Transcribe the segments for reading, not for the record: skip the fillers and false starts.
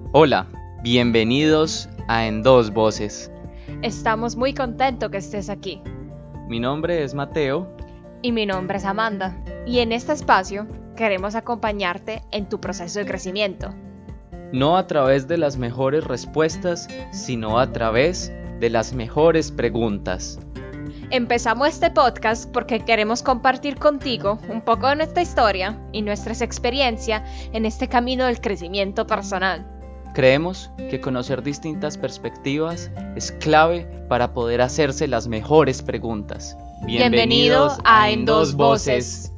Hola, bienvenidos a En Dos Voces. Estamos muy contentos que estés aquí. Mi nombre es Mateo. Y mi nombre es Amanda. Y en este espacio queremos acompañarte en tu proceso de crecimiento. No a través de las mejores respuestas, sino a través de las mejores preguntas. Empezamos este podcast porque queremos compartir contigo un poco de nuestra historia y nuestras experiencias en este camino del crecimiento personal. Creemos que conocer distintas perspectivas es clave para poder hacerse las mejores preguntas. Bienvenido a En Dos Voces.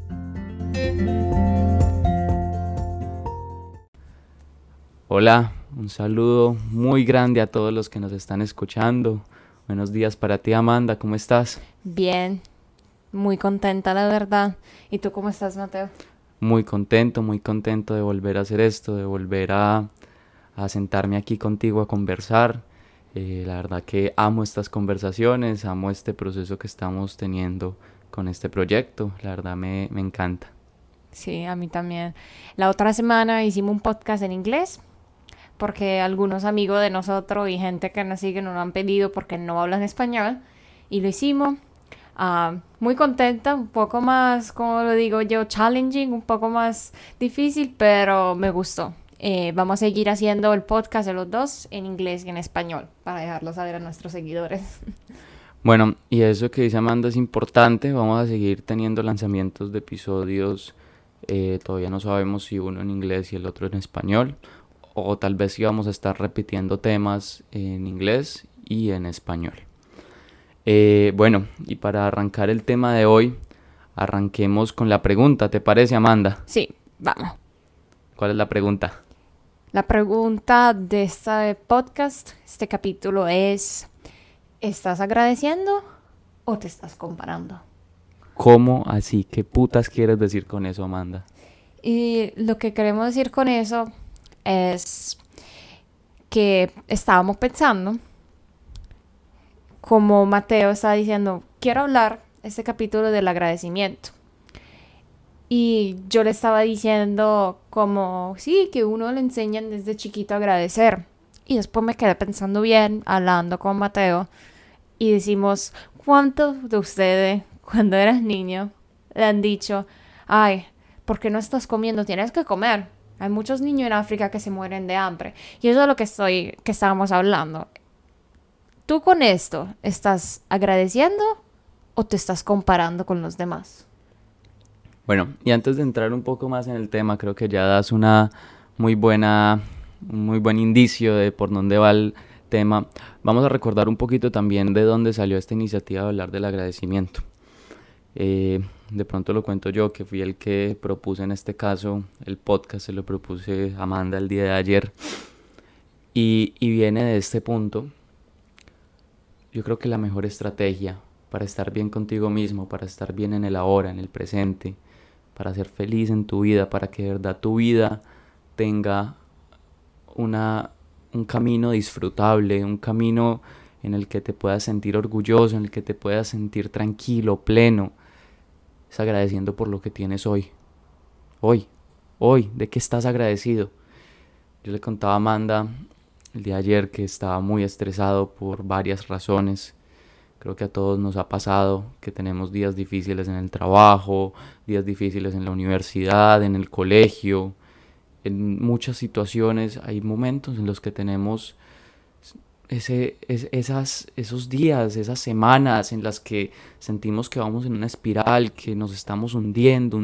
Hola, un saludo muy grande a todos los que nos están escuchando. Buenos días para ti, Amanda, ¿cómo estás? Bien, muy contenta la verdad. ¿Y tú cómo estás, Mateo? Muy contento de volver a hacer esto, de volver a sentarme aquí contigo a conversar. La verdad que amo estas conversaciones, amo este proceso que estamos teniendo con este proyecto. La verdad me encanta. Sí, a mí también. La otra semana hicimos un podcast en inglés porque algunos amigos de nosotros y gente que nos sigue nos lo han pedido porque no hablan español y lo hicimos. Muy contenta, un poco más, como lo digo yo, challenging, un poco más difícil, pero me gustó. Vamos a seguir haciendo el podcast de los dos en inglés y en español para dejarlo saber a nuestros seguidores. Bueno, y eso que dice Amanda es importante. Vamos a seguir teniendo lanzamientos de episodios. Todavía no sabemos si uno en inglés y el otro en español. O tal vez sí vamos a estar repitiendo temas en inglés y en español. Bueno, y para arrancar el tema de hoy, arranquemos con la pregunta. ¿Te parece, Amanda? Sí, vamos. ¿Cuál es la pregunta? La pregunta de este podcast, este capítulo es: ¿estás agradeciendo o te estás comparando? ¿Cómo así? ¿Qué putas quieres decir con eso, Amanda? Y lo que queremos decir con eso es que estábamos pensando, como Mateo está diciendo, quiero hablar este capítulo del agradecimiento. Y yo le estaba diciendo como, sí, que uno le enseñan desde chiquito a agradecer. Y después me quedé pensando bien, hablando con Mateo, y decimos, ¿cuántos de ustedes, cuando eras niño, le han dicho, ay, ¿por qué no estás comiendo? Tienes que comer. Hay muchos niños en África que se mueren de hambre. Y eso es lo que estábamos hablando. ¿Tú con esto estás agradeciendo o te estás comparando con los demás? Bueno, y antes de entrar un poco más en el tema, creo que ya das una muy buena, un muy buen indicio de por dónde va el tema. Vamos a recordar un poquito también de dónde salió esta iniciativa de hablar del agradecimiento. De pronto lo cuento yo, que fui el que propuse en este caso el podcast, se lo propuse a Amanda el día de ayer. Y viene de este punto. Yo creo que la mejor estrategia para estar bien contigo mismo, para estar bien en el ahora, en el presente, para ser feliz en tu vida, para que de verdad tu vida tenga un camino disfrutable, un camino en el que te puedas sentir orgulloso, en el que te puedas sentir tranquilo, pleno, es agradeciendo por lo que tienes hoy. Hoy, ¿de qué estás agradecido? Yo le contaba a Amanda el día de ayer que estaba muy estresado por varias razones. Creo que a todos nos ha pasado que tenemos días difíciles en el trabajo, días difíciles en la universidad, en el colegio. En muchas situaciones hay momentos en los que tenemos esos días, esas semanas en las que sentimos que vamos en una espiral, que nos estamos hundiendo.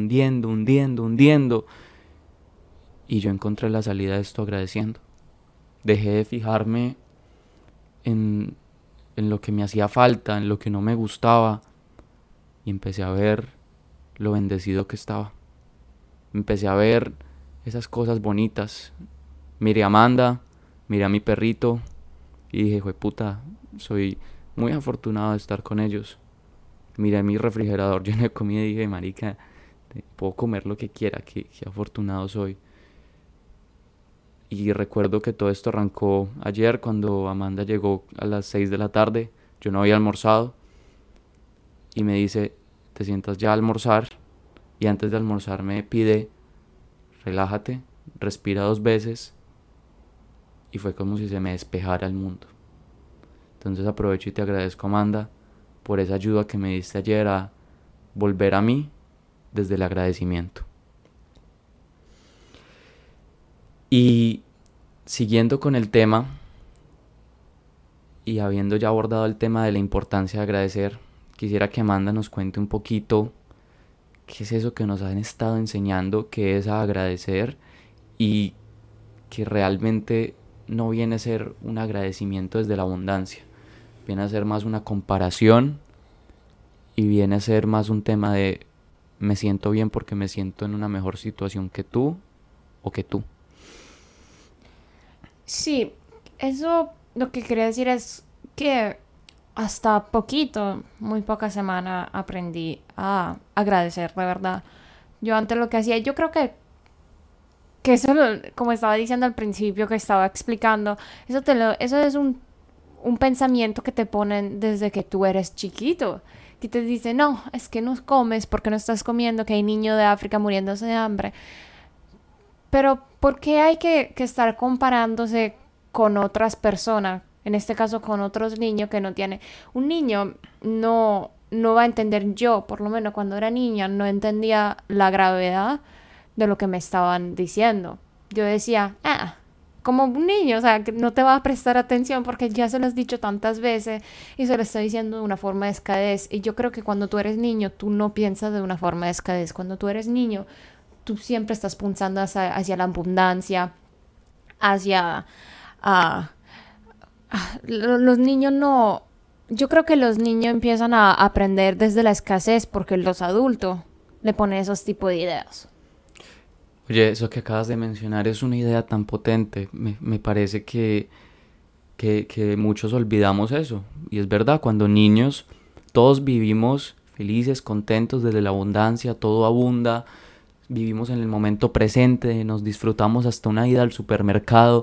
Y yo encontré la salida de esto agradeciendo. Dejé de fijarme en lo que me hacía falta, en lo que no me gustaba, y empecé a ver lo bendecido que estaba. Empecé a ver esas cosas bonitas. Miré a Amanda, miré a mi perrito y dije, puta, soy muy afortunado de estar con ellos. Miré mi refrigerador lleno de comida y dije, marica, puedo comer lo que quiera, qué afortunado soy. Y recuerdo que todo esto arrancó ayer cuando Amanda llegó a las 6 de la tarde. Yo no había almorzado. Y me dice, ¿te sientas ya a almorzar? Y antes de almorzar me pide, relájate, respira 2 veces y fue como si se me despejara el mundo. Entonces aprovecho y te agradezco, Amanda, por esa ayuda que me diste ayer a volver a mí desde el agradecimiento. Y siguiendo con el tema, y habiendo ya abordado el tema de la importancia de agradecer, quisiera que Amanda nos cuente un poquito qué es eso que nos han estado enseñando, qué es a agradecer, y que realmente no viene a ser un agradecimiento desde la abundancia, viene a ser más una comparación y viene a ser más un tema de me siento bien porque me siento en una mejor situación que tú o que tú. Sí, eso lo que quería decir es que hasta poquito, muy poca semana, aprendí a agradecer, de verdad. Yo antes lo que hacía, yo creo que eso, como estaba diciendo al principio, que estaba explicando, eso es un pensamiento que te ponen desde que tú eres chiquito. Que te dicen, no, es que no comes porque no estás comiendo, que hay niños de África muriéndose de hambre. Pero ¿por qué hay que estar comparándose con otras personas? En este caso con otros niños que no tienen. Un niño no va a entender, yo, por lo menos cuando era niña, no entendía la gravedad de lo que me estaban diciendo. Yo decía, como un niño, o sea, que no te va a prestar atención porque ya se lo has dicho tantas veces y se lo está diciendo de una forma de escadez. Y yo creo que cuando tú eres niño, tú no piensas de una forma de escadez. Cuando tú eres niño, tú siempre estás pensando hacia la abundancia, hacia... ah, los niños no... Yo creo que los niños empiezan a aprender desde la escasez porque los adultos le ponen esos tipos de ideas. Oye, eso que acabas de mencionar es una idea tan potente. Me parece que muchos olvidamos eso. Y es verdad, cuando niños todos vivimos felices, contentos desde la abundancia, todo abunda, vivimos en el momento presente, nos disfrutamos hasta una ida al supermercado.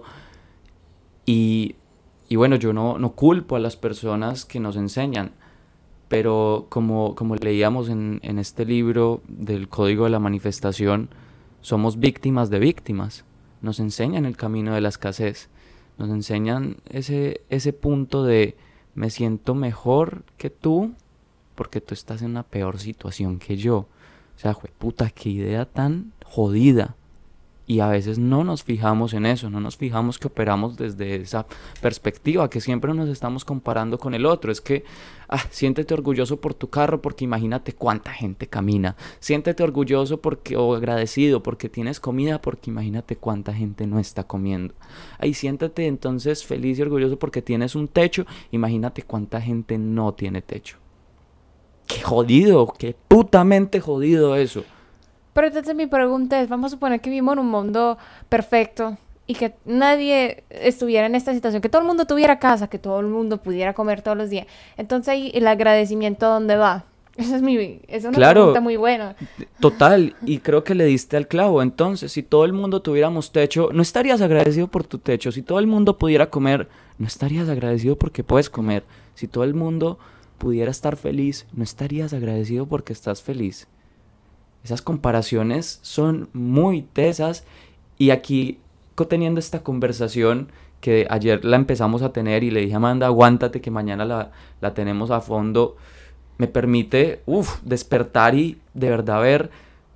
Y, y bueno, yo no culpo a las personas que nos enseñan, pero como leíamos en este libro del Código de la Manifestación, somos víctimas de víctimas. Nos enseñan el camino de la escasez, nos enseñan ese punto de me siento mejor que tú porque tú estás en una peor situación que yo. O sea, jueputa, qué idea tan jodida. Y a veces no nos fijamos en eso, no nos fijamos que operamos desde esa perspectiva, que siempre nos estamos comparando con el otro. Es que, siéntete orgulloso por tu carro porque imagínate cuánta gente camina. Siéntete orgulloso o agradecido porque tienes comida porque imagínate cuánta gente no está comiendo. Ay, siéntate entonces feliz y orgulloso porque tienes un techo, imagínate cuánta gente no tiene techo. Qué jodido, qué putamente jodido eso. Pero entonces mi pregunta es, vamos a suponer que vivimos en un mundo perfecto y que nadie estuviera en esta situación, que todo el mundo tuviera casa, que todo el mundo pudiera comer todos los días. Entonces ahí el agradecimiento, ¿a dónde va? Es una pregunta Claro, muy buena. total, y creo que le diste al clavo. Entonces, si todo el mundo tuviéramos techo, no estarías agradecido por tu techo. Si todo el mundo pudiera comer, no estarías agradecido porque puedes comer. Si todo el mundo pudiera estar feliz, no estarías agradecido porque estás feliz. Esas comparaciones son muy tesas, y aquí teniendo esta conversación que ayer la empezamos a tener y le dije a Amanda, aguántate que mañana la tenemos a fondo, me permite despertar y de verdad ver,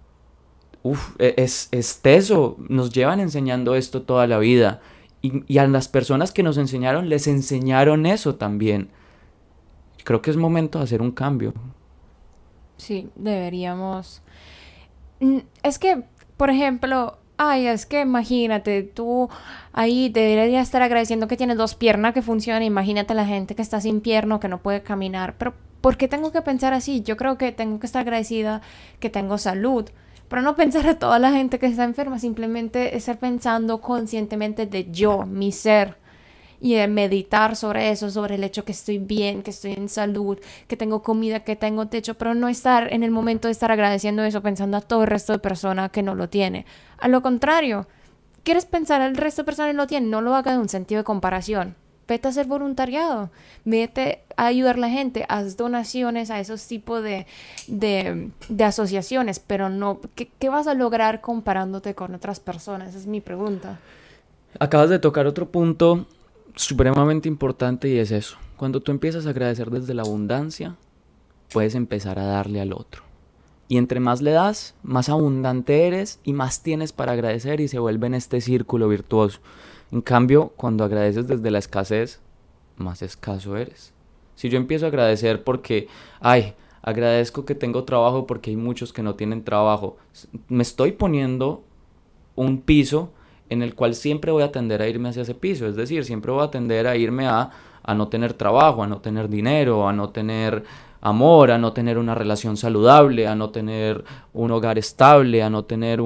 es teso, nos llevan enseñando esto toda la vida, y a las personas que nos enseñaron les enseñaron eso también. Creo que es momento de hacer un cambio. Sí, deberíamos. Es que, por ejemplo, es que imagínate, tú ahí deberías estar agradeciendo que tienes dos piernas que funcionan. Imagínate la gente que está sin pierna, que no puede caminar. Pero, ¿por qué tengo que pensar así? Yo creo que tengo que estar agradecida que tengo salud. Pero no pensar a toda la gente que está enferma, simplemente estar pensando conscientemente de yo, mi ser. Y de meditar sobre eso, sobre el hecho que estoy bien, que estoy en salud, que tengo comida, que tengo techo, pero no estar en el momento de estar agradeciendo eso, pensando a todo el resto de personas que no lo tiene. A lo contrario, ¿quieres pensar al resto de personas que no lo tienen? No lo hagas en un sentido de comparación. Vete a hacer voluntariado, vete a ayudar a la gente, haz donaciones a esos tipos de asociaciones, pero no, ¿qué vas a lograr comparándote con otras personas? Esa es mi pregunta. Acabas de tocar otro punto supremamente importante y es eso. Cuando tú empiezas a agradecer desde la abundancia, puedes empezar a darle al otro. Y entre más le das, más abundante eres y más tienes para agradecer y se vuelve en este círculo virtuoso. En cambio, cuando agradeces desde la escasez, más escaso eres. Si yo empiezo a agradecer porque, ay, agradezco que tengo trabajo porque hay muchos que no tienen trabajo, me estoy poniendo un piso en el cual siempre voy a tender a irme hacia ese piso. Es decir, siempre voy a tender a irme a no tener trabajo, a no tener dinero, a no tener amor, a no tener una relación saludable, a no tener un hogar estable, a no tener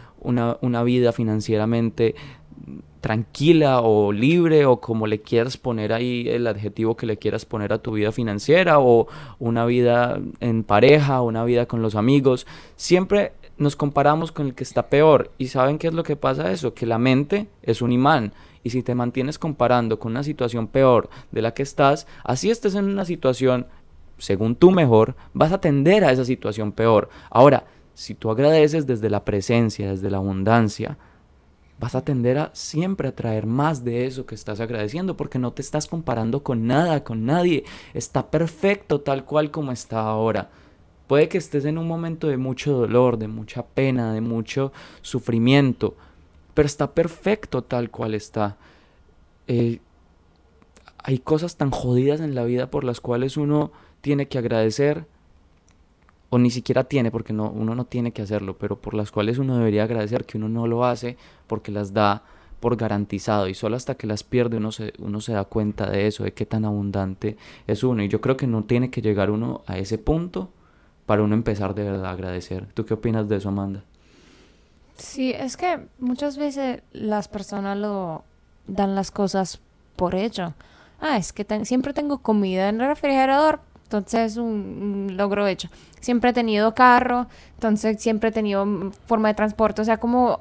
una vida financieramente tranquila o libre o como le quieras poner ahí el adjetivo que le quieras poner a tu vida financiera o una vida en pareja, una vida con los amigos. Siempre nos comparamos con el que está peor y ¿saben qué es lo que pasa eso? Que la mente es un imán y si te mantienes comparando con una situación peor de la que estás, así estés en una situación según tú mejor, vas a tender a esa situación peor. Ahora, si tú agradeces desde la presencia, desde la abundancia, vas a tender a siempre atraer más de eso que estás agradeciendo porque no te estás comparando con nada, con nadie. Está perfecto tal cual como está ahora. Puede que estés en un momento de mucho dolor, de mucha pena, de mucho sufrimiento, pero está perfecto tal cual está. Eh, Hay cosas tan jodidas en la vida por las cuales uno tiene que agradecer, o ni siquiera tiene, porque no, uno no tiene que hacerlo, pero por las cuales uno debería agradecer que uno no lo hace porque las da por garantizado y solo hasta que las pierde uno se da cuenta de eso, de qué tan abundante es uno. Y yo creo que no tiene que llegar uno a ese punto para uno empezar de verdad a agradecer. ¿Tú qué opinas de eso, Amanda? Sí, es que muchas veces las personas lo dan las cosas por hecho. Ah, es que siempre tengo comida en el refrigerador, entonces un logro hecho. Siempre he tenido carro, entonces siempre he tenido forma de transporte. O sea, como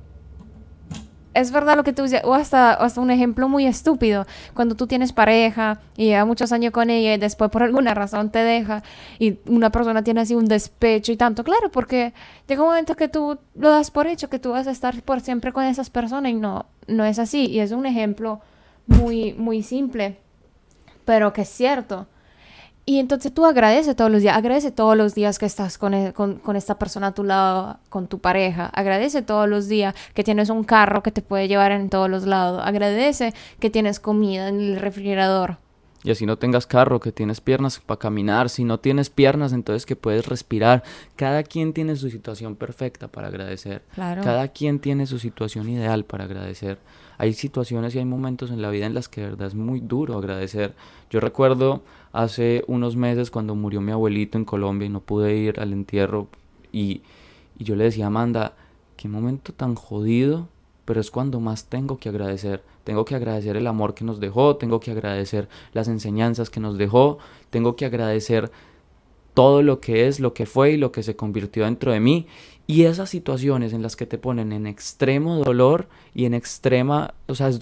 es verdad lo que tú dices, o hasta un ejemplo muy estúpido, cuando tú tienes pareja y lleva muchos años con ella y después por alguna razón te deja y una persona tiene así un despecho y tanto, claro, porque llega un momento que tú lo das por hecho, que tú vas a estar por siempre con esas personas y no, no es así. Y es un ejemplo muy, muy simple, pero que es cierto. Y entonces tú agradece todos los días que estás con esta persona a tu lado, con tu pareja, agradece todos los días que tienes un carro que te puede llevar en todos los lados, agradece que tienes comida en el refrigerador. Y así no tengas carro, que tienes piernas para caminar. Si no tienes piernas, entonces que puedes respirar. Cada quien tiene su situación perfecta para agradecer. Claro. Cada quien tiene su situación ideal para agradecer. Hay situaciones y hay momentos en la vida en las que de verdad es muy duro agradecer. Yo recuerdo hace unos meses cuando murió mi abuelito en Colombia y no pude ir al entierro. Y, y yo le decía a Amanda, qué momento tan jodido, pero es cuando más tengo que agradecer. Tengo que agradecer el amor que nos dejó, tengo que agradecer las enseñanzas que nos dejó, tengo que agradecer todo lo que es, lo que fue y lo que se convirtió dentro de mí. Y esas situaciones en las que te ponen en extremo dolor y en extrema,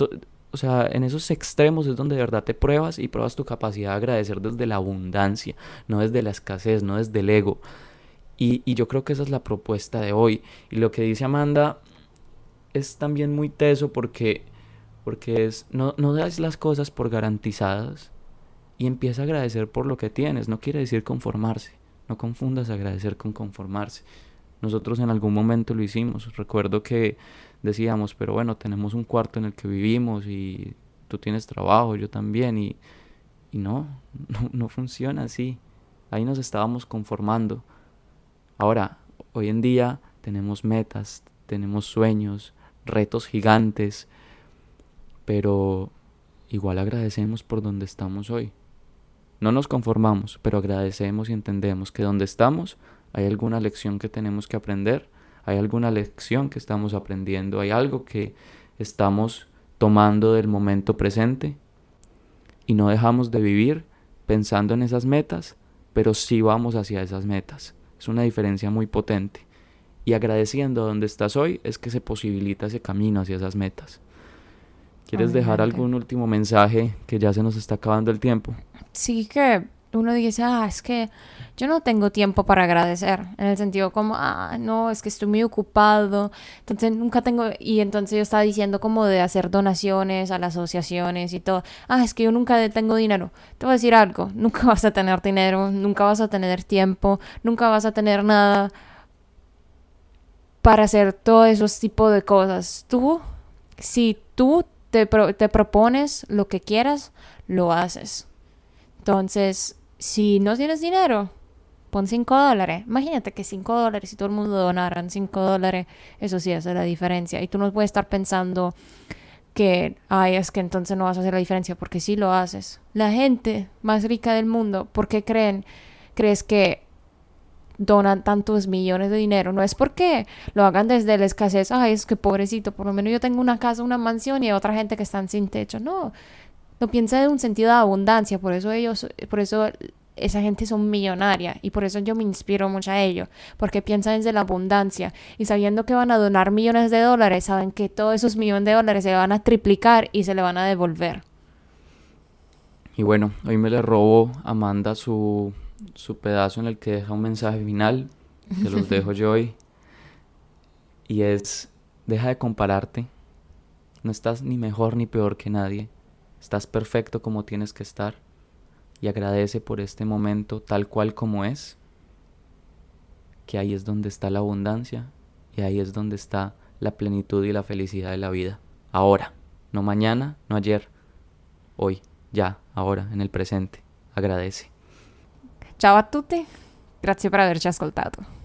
o sea, en esos extremos es donde de verdad te pruebas y pruebas tu capacidad de agradecer desde la abundancia, no desde la escasez, no desde el ego. Y yo creo que esa es la propuesta de hoy. Y lo que dice Amanda es también muy teso porque es, no das las cosas por garantizadas y empieza a agradecer por lo que tienes. No quiere decir conformarse. No confundas agradecer con conformarse. Nosotros en algún momento lo hicimos. Recuerdo que decíamos, pero bueno, tenemos un cuarto en el que vivimos y tú tienes trabajo, yo también. Y no funciona así. Ahí nos estábamos conformando. Ahora, hoy en día tenemos metas, tenemos sueños, retos gigantes, pero igual agradecemos por donde estamos hoy. No nos conformamos, pero agradecemos y entendemos que donde estamos hay alguna lección que tenemos que aprender, hay alguna lección que estamos aprendiendo, hay algo que estamos tomando del momento presente y no dejamos de vivir pensando en esas metas, pero sí vamos hacia esas metas. Es una diferencia muy potente. Y agradeciendo donde estás hoy es que se posibilita ese camino hacia esas metas. ¿Quieres dejar Obviamente. algún último mensaje que ya se nos está acabando el tiempo? Sí que uno dice, es que yo no tengo tiempo para agradecer, en el sentido como, no, es que estoy muy ocupado, entonces nunca tengo, y entonces yo estaba diciendo como de hacer donaciones a las asociaciones y todo, es que yo nunca tengo dinero. Te voy a decir algo, nunca vas a tener dinero, nunca vas a tener tiempo, nunca vas a tener nada para hacer todos esos tipos de cosas. Si tú te propones lo que quieras, lo haces. Entonces, si no tienes dinero, pon $5. Imagínate que $5, si todo el mundo donaran $5, eso sí hace la diferencia. Y tú no puedes estar pensando que, es que entonces no vas a hacer la diferencia, porque sí lo haces. La gente más rica del mundo, ¿por qué crees que donan tantos millones de dinero? No es porque lo hagan desde la escasez, es que pobrecito, por lo menos yo tengo una casa, una mansión y hay otra gente que están sin techo. No, lo piensa de un sentido de abundancia, por eso esa gente son millonaria y por eso yo me inspiro mucho a ellos, porque piensan desde la abundancia y sabiendo que van a donar millones de dólares, saben que todos esos millones de dólares se van a triplicar y se le van a devolver. Y bueno, hoy me le robo a Amanda su pedazo en el que deja un mensaje final, se los dejo yo hoy, y es: deja de compararte, no estás ni mejor ni peor que nadie, estás perfecto como tienes que estar, y agradece por este momento tal cual como es, que ahí es donde está la abundancia y ahí es donde está la plenitud y la felicidad de la vida. Ahora, no mañana, no ayer, hoy, ya, ahora, en el presente. Agradece. Ciao a tutti, grazie per averci ascoltato.